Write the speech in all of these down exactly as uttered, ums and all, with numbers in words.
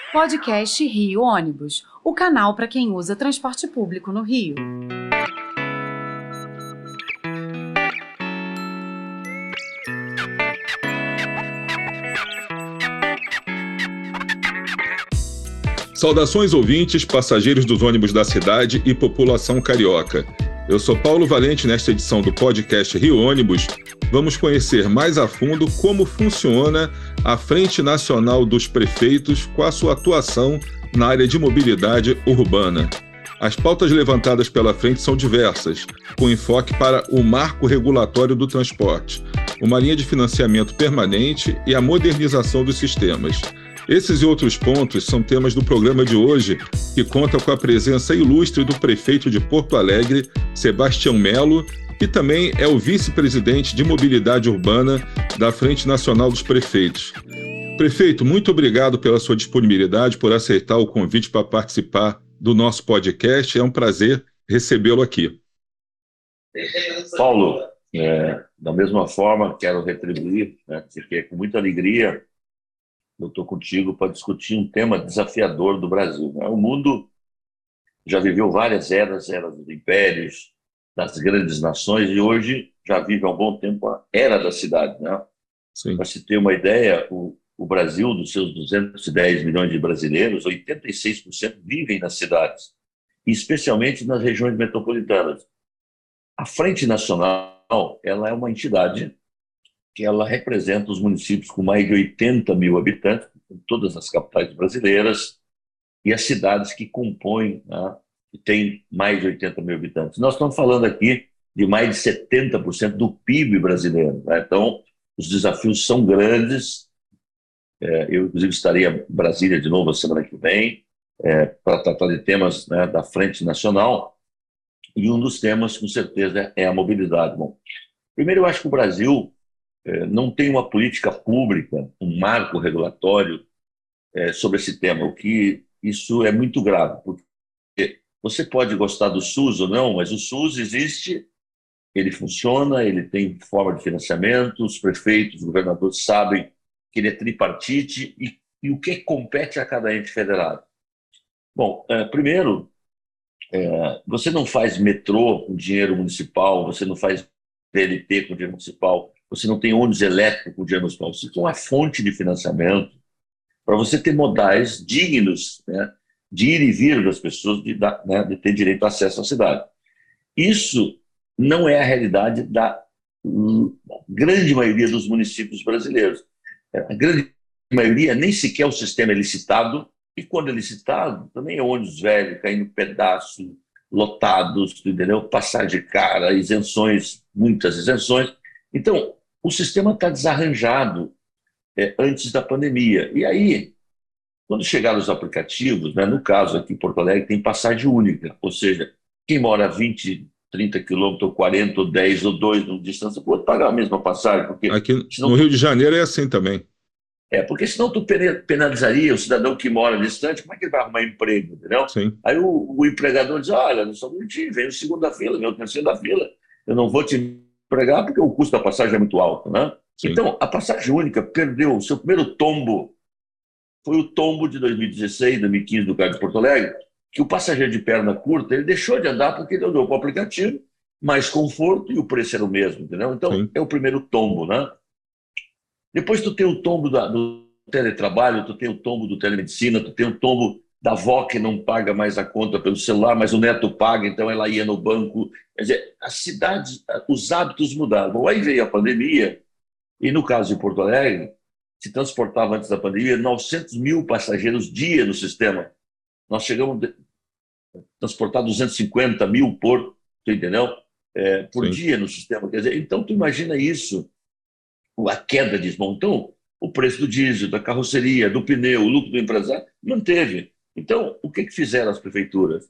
Podcast Rio Ônibus, o canal para quem usa transporte público no Rio. Saudações ouvintes, passageiros dos ônibus da cidade e população carioca. Eu sou Paulo Valente. Nesta edição do podcast Rio Ônibus, vamos conhecer mais a fundo como funciona a Frente Nacional dos Prefeitos com a sua atuação na área de mobilidade urbana. As pautas levantadas pela frente são diversas, com enfoque para o marco regulatório do transporte, uma linha de financiamento permanente e a modernização dos sistemas. Esses e outros pontos são temas do programa de hoje, que conta com a presença ilustre do prefeito de Porto Alegre, Sebastião Melo, que também é o vice-presidente de mobilidade urbana da Frente Nacional dos Prefeitos. Prefeito, muito obrigado pela sua disponibilidade, por aceitar o convite para participar do nosso podcast. É um prazer recebê-lo aqui. Paulo, é, da mesma forma, quero retribuir, né, porque é com muita alegria eu estou contigo para discutir um tema desafiador do Brasil. Né? O mundo já viveu várias eras, eras dos impérios, das grandes nações, e hoje já vive há um bom tempo a era da cidade. Né? Para se ter uma ideia, o, o Brasil, dos seus duzentos e dez milhões de brasileiros, oitenta e seis por cento vivem nas cidades, e especialmente nas regiões metropolitanas. A Frente Nacional, ela é uma entidade que ela representa os municípios com mais de oitenta mil habitantes, em todas as capitais brasileiras, e as cidades que compõem, né, que têm mais de oitenta mil habitantes. Nós estamos falando aqui de mais de setenta por cento do P I B brasileiro. Né? Então, os desafios são grandes. É, eu, inclusive, estaria em Brasília de novo a semana que vem, é, para tratar de temas, né, da Frente Nacional, e um dos temas, com certeza, é a mobilidade. Bom, primeiro, eu acho que o Brasil não tem uma política pública, um marco regulatório é, sobre esse tema, o que isso é muito grave, porque você pode gostar do SUS ou não, mas o SUS existe, ele funciona, ele tem forma de financiamento, os prefeitos, os governadores sabem que ele é tripartite e, e o que compete a cada ente federado. Bom, é, primeiro, é, você não faz metrô com dinheiro municipal, você não faz V L T com dinheiro municipal, você não tem ônibus elétrico com dinheiro municipal, você tem uma fonte de financiamento para você ter modais dignos, né, de ir e vir das pessoas, de, né, de ter direito a acesso à cidade. Isso não é a realidade da grande maioria dos municípios brasileiros. A grande maioria nem sequer o sistema é licitado, e quando é licitado, também é ônibus velho, caindo pedaço, lotados, entendeu? Passagem cara, isenções, muitas isenções. Então, o sistema está desarranjado é, antes da pandemia. E aí, quando chegaram os aplicativos, né, no caso aqui em Porto Alegre, tem passagem única, ou seja, quem mora a vinte, trinta quilômetros, ou quarenta, ou dez, ou dois de distância, pode pagar a mesma passagem. Porque aqui senão, no Rio de Janeiro é assim também. É, porque senão tu penalizaria o cidadão que mora distante, como é que ele vai arrumar emprego, entendeu? Sim. Aí o, o empregador diz, olha, não sou bonitinho, vem o segundo da fila, vem o terceiro da fila, eu não vou te empregar porque o custo da passagem é muito alto, né? Sim. Então, a passagem única perdeu o seu primeiro tombo, foi o tombo de dois mil e dezesseis, dois mil e quinze do caso de Porto Alegre, que o passageiro de perna curta, ele deixou de andar porque ele andou com o aplicativo, mais conforto e o preço era o mesmo, entendeu? Então, Sim. é o primeiro tombo, né? Depois tu tem o tombo da, do teletrabalho, tu tem o tombo do telemedicina, tu tem o tombo da avó que não paga mais a conta pelo celular, mas o neto paga, então ela ia no banco. Quer dizer, as cidades, os hábitos mudaram. Bom, aí veio a pandemia, e no caso de Porto Alegre, se transportava antes da pandemia novecentos mil passageiros dia no sistema. Nós chegamos a transportar duzentos e cinquenta mil por, tu entendeu? É, por Sim. dia no sistema. Quer dizer, então tu imagina isso, a queda de desmontão, o preço do diesel, da carroceria, do pneu, o lucro do empresário, manteve. Então, o que, que fizeram as prefeituras?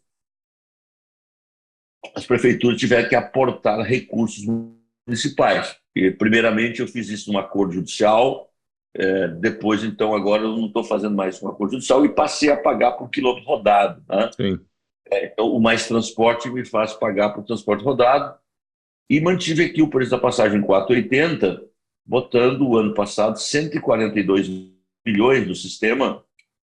As prefeituras tiveram que aportar recursos municipais. E, primeiramente, eu fiz isso num acordo judicial, é, depois, então, agora eu não estou fazendo mais um acordo judicial e passei a pagar por quilômetro rodado. Né? Sim. É, então, o Mais Transporte me faz pagar por transporte rodado e mantive aqui o preço da passagem quatro reais e oitenta centavos, botando o ano passado cento e quarenta e dois milhões do sistema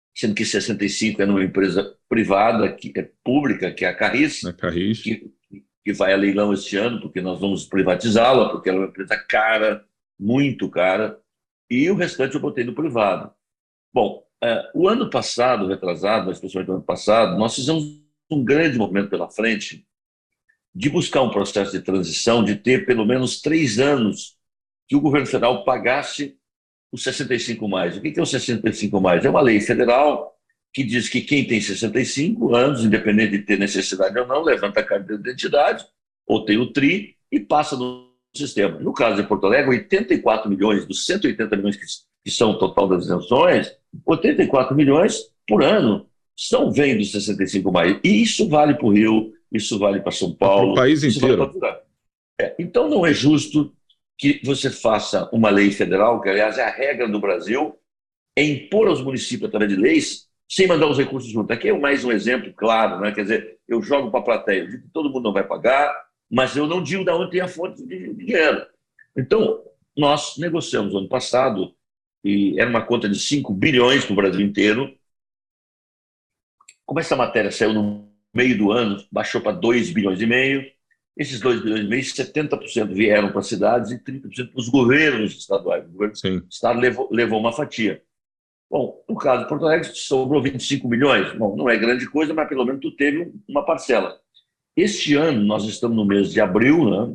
sendo que sessenta e cinco é numa empresa privada, que é pública, que é a Carris, A Carris. que, que vai a leilão este ano, porque nós vamos privatizá-la, porque ela é uma empresa cara, muito cara, e o restante eu botei no privado. Bom, uh, o ano passado, retrasado, mas principalmente o ano passado, nós fizemos um grande movimento pela frente de buscar um processo de transição, de ter pelo menos três anos que o governo federal pagasse os sessenta e cinco mais. O que é o sessenta e cinco mais? É uma lei federal que diz que quem tem sessenta e cinco anos, independente de ter necessidade ou não, levanta a carta de identidade, ou tem o T R I, e passa no sistema. No caso de Porto Alegre, oitenta e quatro milhões dos cento e oitenta milhões que, que são o total das isenções, oitenta e quatro milhões por ano são vêm dos sessenta e cinco mais. E isso vale para o Rio, isso vale para São Paulo. O país inteiro. Vale é, então não é justo que você faça uma lei federal, que aliás é a regra do Brasil, é impor aos municípios através de leis sem mandar os recursos juntos. Aqui é mais um exemplo claro, né? Quer dizer, eu jogo para a plateia, eu digo que todo mundo não vai pagar, mas eu não digo de onde tem a fonte de dinheiro. Então, nós negociamos ano passado, e era uma conta de cinco bilhões para o Brasil inteiro. Como essa matéria saiu no meio do ano, baixou para dois bilhões e meio. Esses dois bilhões e meio, setenta por cento vieram para as cidades e trinta por cento para os governos estaduais. O governo Sim. do estado levou, levou uma fatia. Bom, no caso de Porto Alegre, sobrou vinte e cinco milhões. Bom, não é grande coisa, mas pelo menos tu teve uma parcela. Este ano, nós estamos no mês de abril, né?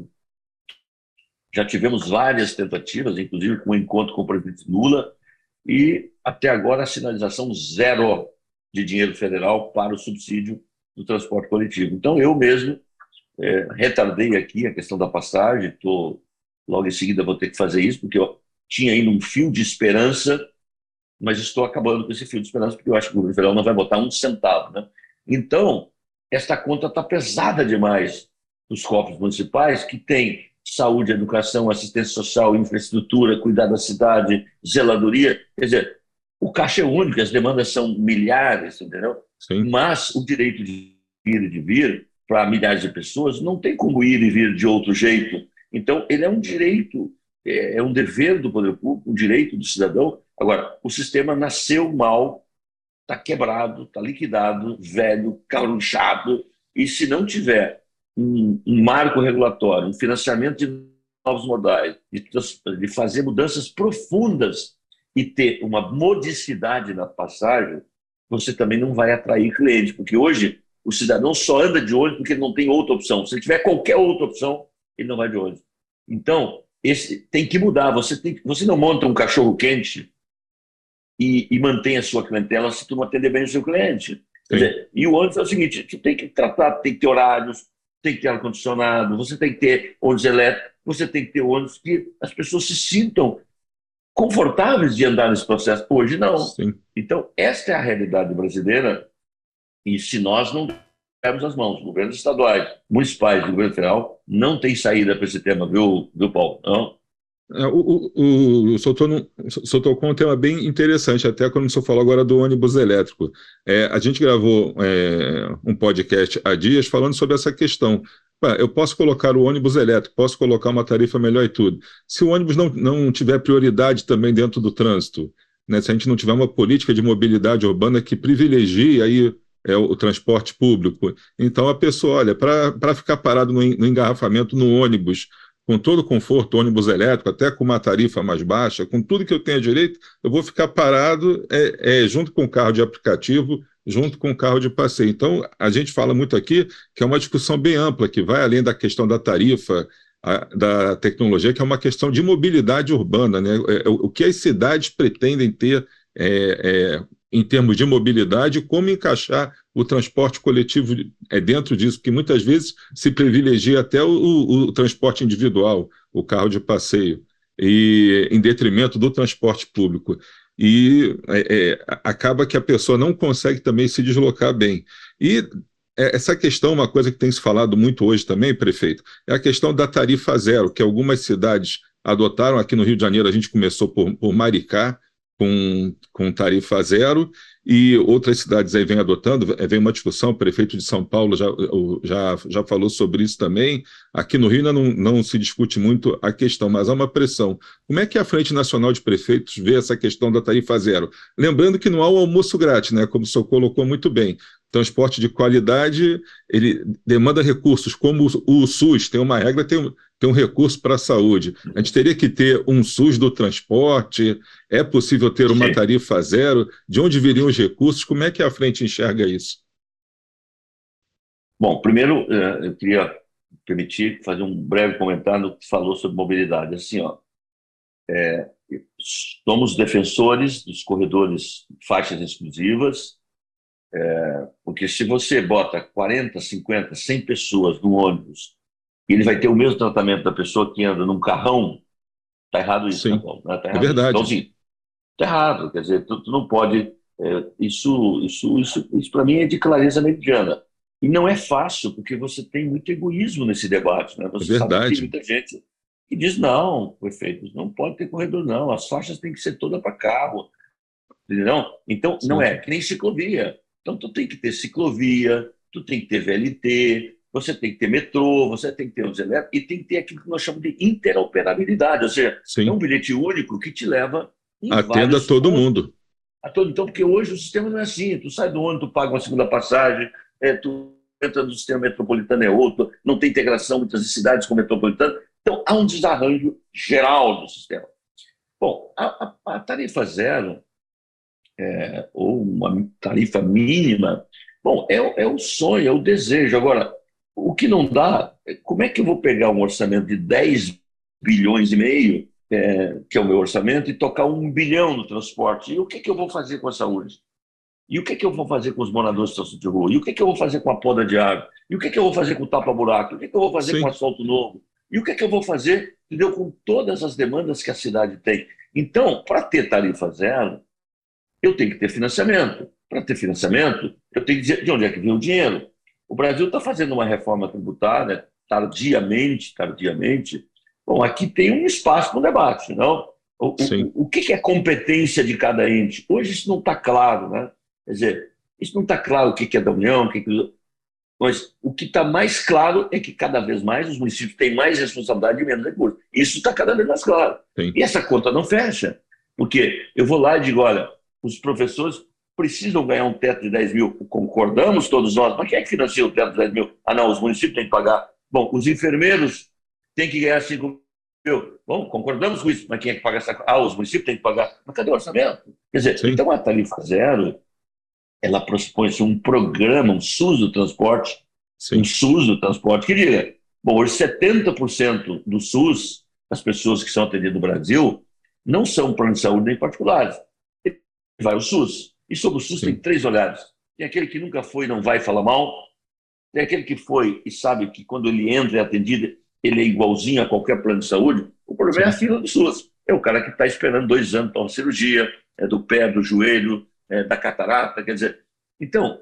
Já tivemos várias tentativas, inclusive com um encontro com o presidente Lula, e até agora a sinalização zero de dinheiro federal para o subsídio do transporte coletivo. Então, eu mesmo é, retardei aqui a questão da passagem, tô, logo em seguida vou ter que fazer isso, porque eu tinha ainda um fio de esperança, mas estou acabando com esse fio de esperança, porque eu acho que o governo federal não vai botar um centavo, né? Então, esta conta está pesada demais nos cofres municipais, que tem saúde, educação, assistência social, infraestrutura, cuidar da cidade, zeladoria. Quer dizer, o caixa é único, as demandas são milhares, entendeu? Sim. Mas o direito de ir e de vir para milhares de pessoas não tem como ir e vir de outro jeito. Então, ele é um direito, é um dever do poder público, um direito do cidadão. Agora, o sistema nasceu mal, está quebrado, está liquidado, velho, carunchado, e se não tiver um, um marco regulatório, um financiamento de novos modais, de, de fazer mudanças profundas e ter uma modicidade na passagem, você também não vai atrair clientes, porque hoje o cidadão só anda de ônibus porque ele não tem outra opção. Se ele tiver qualquer outra opção, ele não vai de ônibus. Então, esse tem que mudar. Você, tem, você não monta um cachorro-quente e, e mantém a sua clientela se tu não atender bem o seu cliente. Quer dizer, e o ônibus é o seguinte, tu tem que tratar, tem que ter horários, tem que ter ar-condicionado, você tem que ter ônibus elétrico, você tem que ter ônibus que as pessoas se sintam confortáveis de andar nesse processo. Hoje não. Sim. Então, esta é a realidade brasileira, e se nós não dermos as mãos, governos estaduais, municipais e governo federal, não tem saída para esse tema, viu, viu Paulo? Não? É, o, o, o, o senhor tocou um tema bem interessante, até quando o senhor falou agora do ônibus elétrico. É, a gente gravou é, um podcast há dias falando sobre essa questão. Eu posso colocar o ônibus elétrico, posso colocar uma tarifa melhor e tudo. Se o ônibus não, não tiver prioridade também dentro do trânsito, né, se a gente não tiver uma política de mobilidade urbana que privilegie aí, é, o, o transporte público, então a pessoa, olha, para ficar parado no, no engarrafamento no ônibus, com todo o conforto, ônibus elétrico, até com uma tarifa mais baixa, com tudo que eu tenho direito, eu vou ficar parado é, é, junto com o carro de aplicativo, junto com o carro de passeio. Então, a gente fala muito aqui que é uma discussão bem ampla, que vai além da questão da tarifa, a, da tecnologia, que é uma questão de mobilidade urbana, né? É, o que as cidades pretendem ter é, é, em termos de mobilidade, como encaixar o transporte coletivo é, dentro disso, porque muitas vezes se privilegia até o, o, o transporte individual, o carro de passeio, e em detrimento do transporte público. E é, é, acaba que a pessoa não consegue também se deslocar bem. E é, essa questão, uma coisa que tem se falado muito hoje também, prefeito, é a questão da tarifa zero, que algumas cidades adotaram. Aqui no Rio de Janeiro a gente começou por, por Maricá, com, com tarifa zero, e outras cidades aí vêm adotando, vem uma discussão, o prefeito de São Paulo já, já, já falou sobre isso também. Aqui no Rio ainda não, não se discute muito a questão, mas há uma pressão. Como é que a Frente Nacional de Prefeitos vê essa questão da tarifa zero? Lembrando que não há o almoço grátis, né, como o senhor colocou muito bem. Transporte de qualidade, ele demanda recursos, como o, o SUS tem uma regra, tem um, tem um recurso para a saúde. A gente teria que ter um SUS do transporte, é possível ter uma tarifa zero? De onde viriam os recursos? Como é que a frente enxerga isso? Bom, primeiro, eu queria permitir fazer um breve comentário no que falou sobre mobilidade. Assim, ó, é, somos defensores dos corredores faixas exclusivas, é, porque se você bota quarenta, cinquenta, cem pessoas no ônibus e ele vai ter o mesmo tratamento da pessoa que anda num carrão, está errado isso, Sim, né, Paulo? Tá errado é verdade. Isso. Então, assim, está errado. Quer dizer, tu, tu não pode... É, isso, isso, isso, isso para mim, é de clareza meridiana. E não é fácil, porque você tem muito egoísmo nesse debate. Né? Você É sabe que tem verdade. muita gente que diz, não, prefeito, não pode ter corredor, não. As faixas têm que ser todas para carro. Entendeu? Então, não Sim. é que nem ciclovia. Então, tu tem que ter ciclovia, tu tem que ter V L T, você tem que ter metrô, você tem que ter os elétricos, e tem que ter aquilo que nós chamamos de interoperabilidade, ou seja, Sim. é um bilhete único que te leva em Atenda vários todo pontos. mundo. A todo, então, porque hoje o sistema não é assim, tu sai do ônibus, tu paga uma segunda passagem, é, tu entra no sistema metropolitano, é outro, não tem integração muitas cidades com o metropolitano, então há um desarranjo geral do sistema. Bom, a, a, a tarifa zero, é, ou uma tarifa mínima, bom, é, é o sonho, é o desejo. Agora, o que não dá, como é que eu vou pegar um orçamento de dez bilhões e meio, é, que é o meu orçamento, e tocar um bilhão no transporte? E o que, que eu vou fazer com a saúde? E o que, que eu vou fazer com os moradores de situação de rua? E o que, que eu vou fazer com a poda de água? E o que, que eu vou fazer com o tapa-buraco? E o que, que eu vou fazer Sim. com o asfalto novo? E o que, que eu vou fazer, entendeu, com todas as demandas que a cidade tem? Então, para ter tarifa zero, eu tenho que ter financiamento. Para ter financiamento, eu tenho que dizer de onde é que vem o dinheiro. O Brasil está fazendo uma reforma tributária tardiamente, tardiamente. Bom, aqui tem um espaço para o debate, não? O, o, o que é competência de cada ente? Hoje isso não está claro, né? Quer dizer, isso não está claro o que é da União, o que é... Mas o que está mais claro é que cada vez mais os municípios têm mais responsabilidade e menos recursos. Isso está cada vez mais claro. Sim. E essa conta não fecha, porque eu vou lá e digo, olha, os professores precisam ganhar um teto de dez mil, concordamos todos nós, mas quem é que financia o teto de dez mil? Ah, não, os municípios têm que pagar. Bom, os enfermeiros têm que ganhar cinco mil. Bom, concordamos com isso, mas quem é que paga essa coisa? Ah, os municípios têm que pagar. Mas cadê o orçamento? Quer dizer, Sim. então a tarifa zero, ela pressupõe-se um programa, um SUS do transporte, Sim. um SUS do transporte, que diga, bom, hoje setenta por cento do SUS, das pessoas que são atendidas no Brasil, não são planos de saúde nem particulares. Vai o SUS. E sobre o SUS Sim. tem três olhares. Tem aquele que nunca foi e não vai falar mal, tem aquele que foi e sabe que quando ele entra e é atendido, ele é igualzinho a qualquer plano de saúde. O problema Sim. é a fila do SUS. É o cara que está esperando dois anos para uma cirurgia, é do pé, do joelho, é da catarata, quer dizer. Então,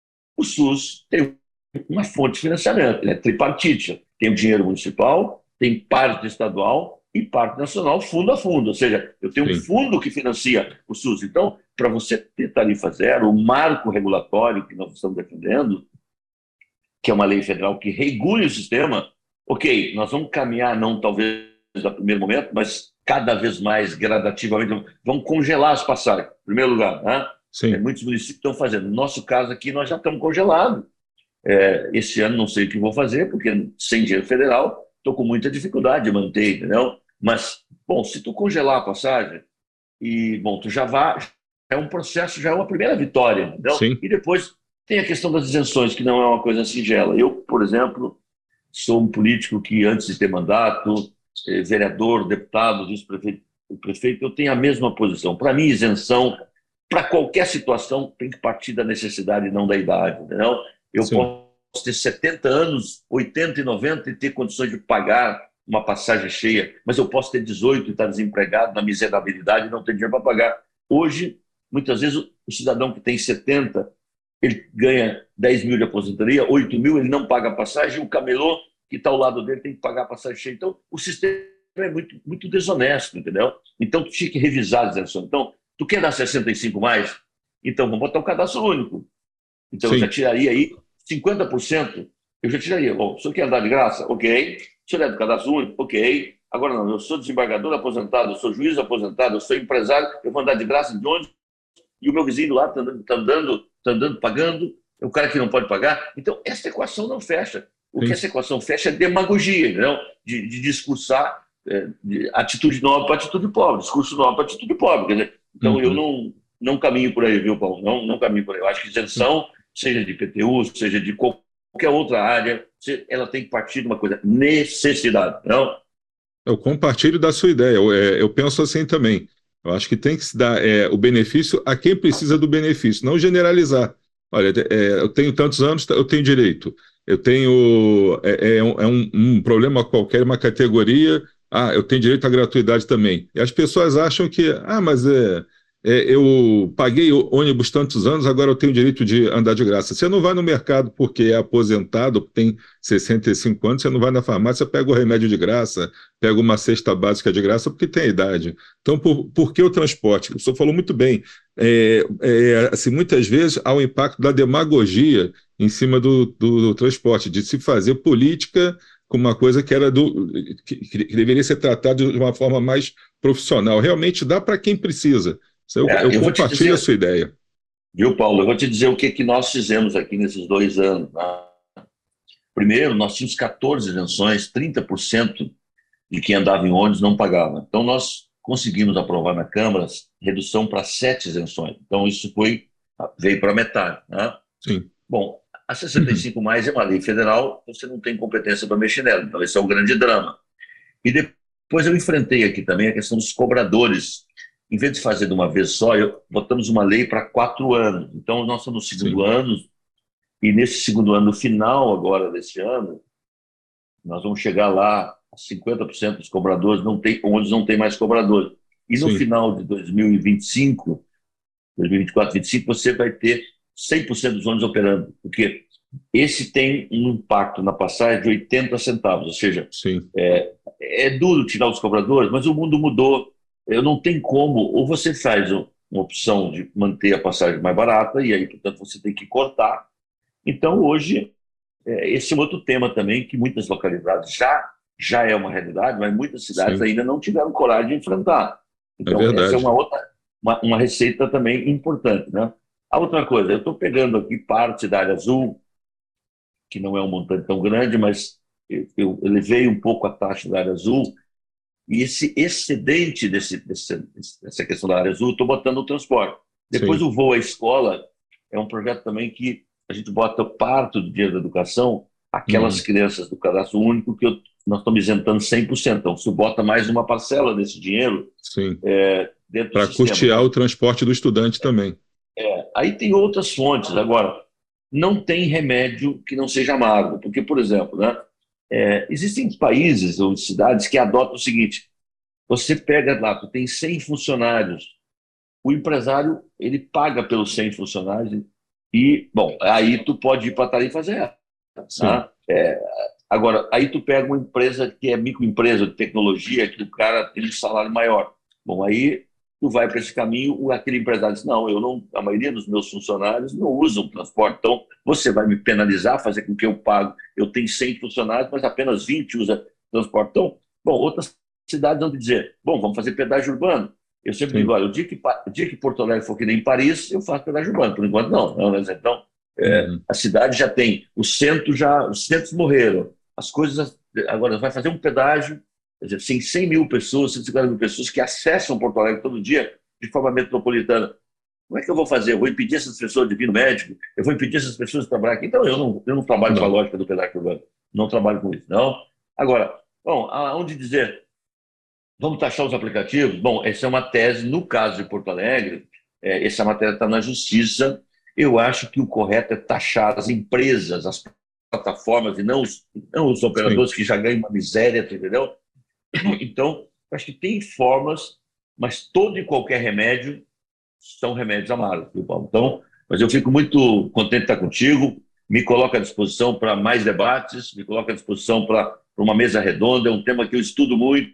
o SUS tem uma fonte de financiamento, ele é tripartite. Tem o dinheiro municipal, tem parte estadual e parte nacional, fundo a fundo. Ou seja, eu tenho Sim. um fundo que financia o SUS. Então, para você ter tarifa zero, o marco regulatório que nós estamos defendendo, que é uma lei federal que regule o sistema, ok, nós vamos caminhar, não talvez no primeiro momento, mas cada vez mais gradativamente, vamos congelar as passagens, em primeiro lugar, né? Sim. É, muitos municípios estão fazendo. No nosso caso aqui, nós já estamos congelados. É, esse ano não sei o que vou fazer, porque sem dinheiro federal, estou com muita dificuldade de manter, entendeu? Mas, bom, se tu congelar a passagem, e, bom, tu já vai, é um processo, já é uma primeira vitória, entendeu? Sim. E depois tem a questão das isenções, que não é uma coisa singela. Eu, por exemplo, sou um político que, antes de ter mandato, eh, vereador, deputado, vice-prefeito, prefeito, eu tenho a mesma posição. Para mim, isenção, para qualquer situação, tem que partir da necessidade e não da idade, entendeu? Eu Sim. posso ter setenta anos, oitenta e noventa e ter condições de pagar uma passagem cheia, mas eu posso ter dezoito e estar desempregado na miserabilidade e não ter dinheiro para pagar. Hoje, muitas vezes, o cidadão que tem setenta, ele ganha dez mil de aposentadoria, oito mil, ele não paga a passagem, o camelô que está ao lado dele tem que pagar a passagem cheia. Então, o sistema é muito, muito desonesto, entendeu? Então, tu tinha que revisar as isenções. Então, tu quer dar sessenta e cinco mais? Então, vamos botar um cadastro único. Então, Sim. eu já tiraria aí cinquenta por cento, eu já tiraria. Bom, o senhor quer andar de graça? Ok. O senhor é do cadastro único? Ok. Agora não, eu sou desembargador aposentado, eu sou juiz aposentado, eu sou empresário, eu vou andar de graça de onde? E o meu vizinho lá está andando, tá andando, tá andando, pagando, é o cara que não pode pagar. Então, essa equação não fecha. O Sim. que essa equação fecha é demagogia, não? De, de discursar é, de atitude nobre para atitude pobre, discurso nobre para atitude pobre. Quer dizer, então, uhum. eu não, não caminho por aí, viu, Paulo? Não, não caminho por aí. Eu acho que isenção, seja de I P T U, seja de qualquer outra área, ela tem que partir de uma coisa, necessidade, não? Eu compartilho da sua ideia, eu, é, eu penso assim também. Eu acho que tem que se dar é, o benefício a quem precisa do benefício, não generalizar. Olha, é, eu tenho tantos anos, eu tenho direito. Eu tenho é, é, um, é um, um problema qualquer, uma categoria, ah, eu tenho direito à gratuidade também. E as pessoas acham que, ah, mas é, é, eu paguei ônibus tantos anos, agora eu tenho direito de andar de graça. Você não vai no mercado porque é aposentado, tem sessenta e cinco anos, você não vai na farmácia, pega o remédio de graça, pega uma cesta básica de graça porque tem a idade. Então, por, por que o transporte? O senhor falou muito bem. É, é, assim, muitas vezes há o impacto da demagogia em cima do, do, do transporte, de se fazer política com uma coisa que era do que, que deveria ser tratada de uma forma mais profissional. Realmente dá para quem precisa. Eu, é, eu, eu compartilho dizer, a sua ideia. Viu, Paulo? Eu vou te dizer o que, que nós fizemos aqui nesses dois anos. Né? Primeiro, nós tínhamos catorze isenções, trinta por cento de quem andava em ônibus não pagava. Então, nós conseguimos aprovar na Câmara redução para sete isenções. Então, isso foi, veio para metade. Né? Sim. Bom, a sessenta e cinco mais é uma lei federal, você não tem competência para mexer nela. Então, esse é um grande drama. E depois eu enfrentei aqui também a questão dos cobradores. Em vez de fazer de uma vez só, eu, botamos uma lei para quatro anos. Então, nós estamos no segundo Sim. ano, e nesse segundo ano, no final agora desse ano, nós vamos chegar lá a cinquenta por cento dos cobradores, não tem, onde não tem mais cobradores. E no Sim. final de dois mil e vinte e cinco, dois mil e vinte e quatro, dois mil e vinte e cinco, você vai ter cem por cento dos ônibus operando, porque esse tem um impacto na passagem de oitenta centavos, ou seja, é, é duro tirar os cobradores, mas o mundo mudou. Eu não tenho como, ou você faz uma opção de manter a passagem mais barata, e aí, portanto, você tem que cortar. Então, hoje, é, esse é outro tema também, que muitas localidades já, já é uma realidade, mas muitas cidades Sim. ainda não tiveram coragem de enfrentar. Então, é essa é uma outra, uma, uma receita também importante, né? A outra coisa, eu estou pegando aqui parte da área azul, que não é um montante tão grande, mas eu, eu elevei um pouco a taxa da área azul, e esse excedente desse, desse, dessa questão da área azul, estou botando no transporte. Depois Sim. o voo à escola é um projeto também que a gente bota parte do dinheiro da educação, aquelas hum. crianças do cadastro único que eu, nós estamos isentando cem por cento. Então, se bota mais uma parcela desse dinheiro é, dentro do sistema. Para custear o transporte do estudante é, também. É. Aí tem outras fontes. Agora, não tem remédio que não seja amargo. Porque, por exemplo, né, é, existem países ou cidades que adotam o seguinte: você pega lá, tu tem cem funcionários, o empresário ele paga pelos cem funcionários e, bom, aí tu pode ir para a tarifa zero. Tá? É, agora, aí tu pega uma empresa que é microempresa de tecnologia, que o cara tem um salário maior. Bom, aí tu vai para esse caminho, aquele empresário diz, não, eu não, a maioria dos meus funcionários não usam transporte, então você vai me penalizar, fazer com que eu pago, eu tenho cem funcionários, mas apenas vinte usam transporte. Então, bom, outras cidades vão dizer, bom, vamos fazer pedágio urbano. Eu sempre Sim. digo, olha, o dia, que, o dia que Porto Alegre for que nem Paris, eu faço pedágio urbano, por enquanto não. não mas, então, é, uhum. a cidade já tem, os centros já, os centros morreram, as coisas, agora vai fazer um pedágio, quer dizer, tem cem mil pessoas, cento e cinquenta mil pessoas que acessam Porto Alegre todo dia de forma metropolitana. Como é que eu vou fazer? Eu vou impedir essas pessoas de vir no médico? Eu vou impedir essas pessoas de trabalhar aqui? Então, eu não, eu não trabalho não. com a lógica do pedágio urbano. Não trabalho com isso, não. Agora, bom, aonde dizer, vamos taxar os aplicativos? Bom, essa é uma tese, no caso de Porto Alegre, é, essa matéria está na Justiça. Eu acho que o correto é taxar as empresas, as plataformas, e não os, não os operadores Sim. que já ganham uma miséria, entendeu? Então, acho que tem formas, mas todo e qualquer remédio são remédios amargos, viu, Paulo? Então, mas eu fico muito contente de estar contigo, me coloco à disposição para mais debates, me coloco à disposição para uma mesa redonda, é um tema que eu estudo muito,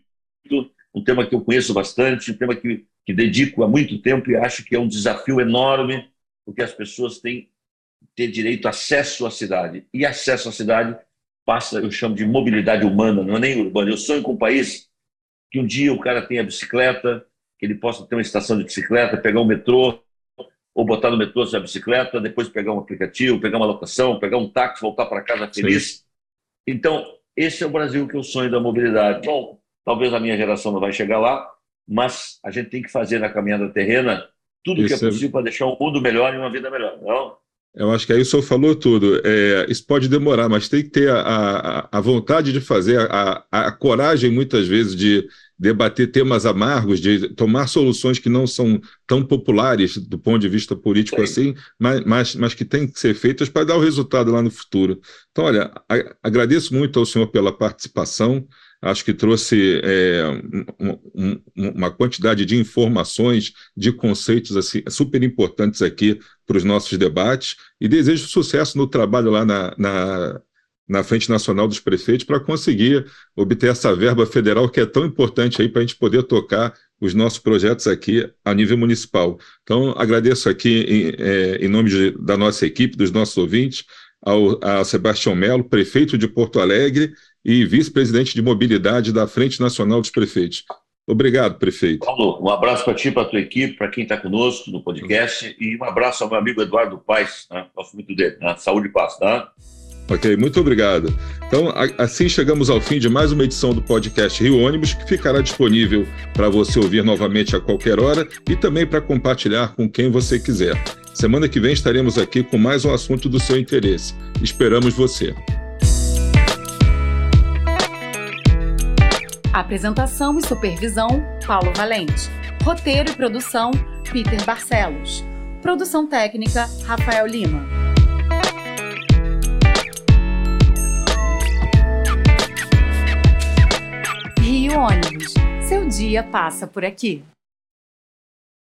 um tema que eu conheço bastante, um tema que, que dedico há muito tempo e acho que é um desafio enorme porque as pessoas têm que ter direito a acesso à cidade. E acesso à cidade passa, eu chamo de mobilidade humana, não é nem urbana. Eu sonho com um país que um dia o cara tenha bicicleta, que ele possa ter uma estação de bicicleta, pegar um metrô, ou botar no metrô a bicicleta, depois pegar um aplicativo, pegar uma locação, pegar um táxi, voltar para casa feliz. Sim. Então, esse é o Brasil que eu sonho da mobilidade. Bom, talvez a minha geração não vai chegar lá, mas a gente tem que fazer na caminhada terrena tudo o que é possível para deixar um mundo melhor e uma vida melhor, não? Eu acho que aí o senhor falou tudo. É, isso pode demorar, mas tem que ter a, a, a vontade de fazer, a, a, a coragem, muitas vezes, de debater temas amargos, de tomar soluções que não são tão populares do ponto de vista político assim, mas, mas, mas que têm que ser feitas para dar o resultado lá no futuro. Então, olha, a, agradeço muito ao senhor pela participação. Acho que trouxe é, um, um, uma quantidade de informações, de conceitos assim, super importantes aqui para os nossos debates, e desejo sucesso no trabalho lá na, na, na Frente Nacional dos Prefeitos para conseguir obter essa verba federal que é tão importante aí para a gente poder tocar os nossos projetos aqui a nível municipal. Então, agradeço aqui em, é, em nome de, da nossa equipe, dos nossos ouvintes, ao, a Sebastião Melo, prefeito de Porto Alegre e vice-presidente de mobilidade da Frente Nacional dos Prefeitos. Obrigado, prefeito. Paulo, um abraço para ti, para a tua equipe, para quem está conosco no podcast, e um abraço ao meu amigo Eduardo Paes, né? Gosto muito dele, né? Saúde e paz, tá? Ok, muito obrigado. Então, assim chegamos ao fim de mais uma edição do podcast Rio Ônibus, que ficará disponível para você ouvir novamente a qualquer hora e também para compartilhar com quem você quiser. Semana que vem estaremos aqui com mais um assunto do seu interesse. Esperamos você. Apresentação e supervisão, Paulo Valente. Roteiro e produção, Peter Barcelos. Produção técnica, Rafael Lima. Rio Ônibus. Seu dia passa por aqui.